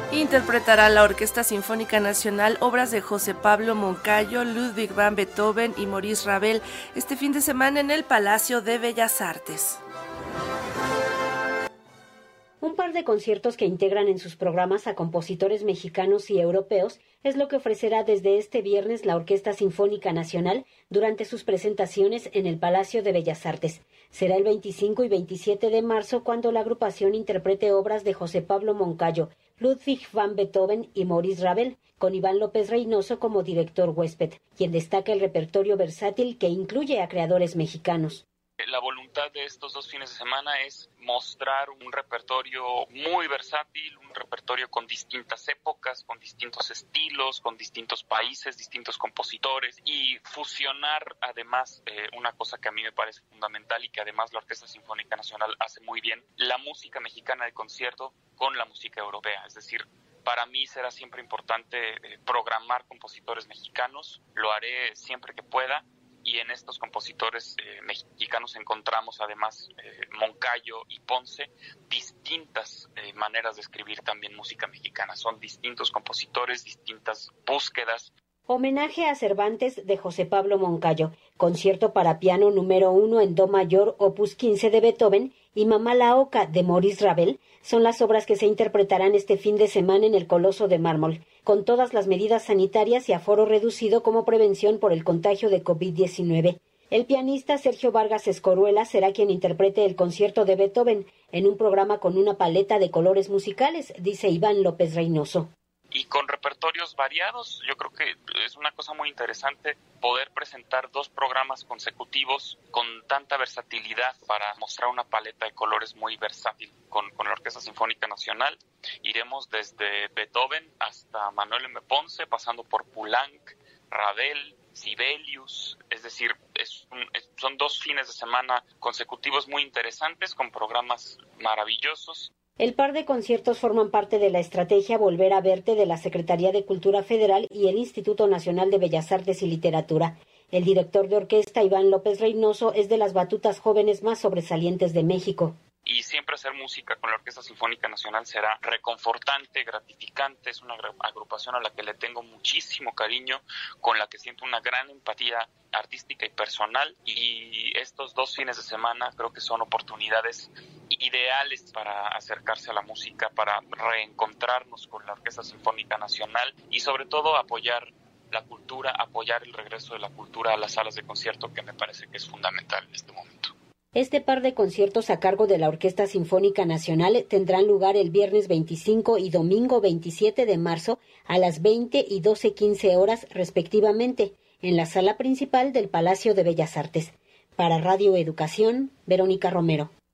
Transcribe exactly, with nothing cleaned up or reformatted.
Interpretará la Orquesta Sinfónica Nacional obras de José Pablo Moncayo, Ludwig van Beethoven y Maurice Ravel este fin de semana en el Palacio de Bellas Artes. Un par de conciertos que integran en sus programas a compositores mexicanos y europeos es lo que ofrecerá desde este viernes la Orquesta Sinfónica Nacional durante sus presentaciones en el Palacio de Bellas Artes. Será el veinticinco y veintisiete de marzo cuando la agrupación interprete obras de José Pablo Moncayo, Ludwig van Beethoven y Maurice Ravel, con Iván López Reynoso como director huésped, quien destaca el repertorio versátil que incluye a creadores mexicanos. La voluntad de estos dos fines de semana es mostrar un repertorio muy versátil, un repertorio con distintas épocas, con distintos estilos, con distintos países, distintos compositores y fusionar además eh, una cosa que a mí me parece fundamental y que además la Orquesta Sinfónica Nacional hace muy bien, la música mexicana de concierto con la música europea, es decir, para mí será siempre importante eh, programar compositores mexicanos, lo haré siempre que pueda. Y en estos compositores eh, mexicanos encontramos además eh, Moncayo y Ponce distintas eh, maneras de escribir también música mexicana. Son distintos compositores, distintas búsquedas. Homenaje a Cervantes de José Pablo Moncayo, concierto para piano número uno en do mayor opus quince de Beethoven y Mamá la Oca de Maurice Ravel son las obras que se interpretarán este fin de semana en el Coloso de Mármol, con todas las medidas sanitarias y aforo reducido como prevención por el contagio de covid diecinueve. El pianista Sergio Vargas Escoruela será quien interprete el concierto de Beethoven en un programa con una paleta de colores musicales, dice Iván López Reynoso. Y con repertorios variados, yo creo que es una cosa muy interesante poder presentar dos programas consecutivos con tanta versatilidad para mostrar una paleta de colores muy versátil con, con la Orquesta Sinfónica Nacional. Iremos desde Beethoven hasta Manuel M. Ponce, pasando por Poulenc, Ravel, Sibelius, es decir, es un, es, son dos fines de semana consecutivos muy interesantes con programas maravillosos. El par de conciertos forman parte de la estrategia Volver a Verte de la Secretaría de Cultura Federal y el Instituto Nacional de Bellas Artes y Literatura. El director de orquesta, Iván López Reynoso, es de las batutas jóvenes más sobresalientes de México. Y siempre hacer música con la Orquesta Sinfónica Nacional será reconfortante, gratificante. Es una agrupación a la que le tengo muchísimo cariño, con la que siento una gran empatía artística y personal. Y estos dos fines de semana creo que son oportunidades ideales para acercarse a la música, para reencontrarnos con la Orquesta Sinfónica Nacional y sobre todo apoyar la cultura, apoyar el regreso de la cultura a las salas de concierto, que me parece que es fundamental en este momento. Este par de conciertos a cargo de la Orquesta Sinfónica Nacional tendrán lugar el viernes veinticinco y domingo veintisiete de marzo a las veinte y doce quince horas respectivamente, en la sala principal del Palacio de Bellas Artes. Para Radio Educación, Verónica Romero.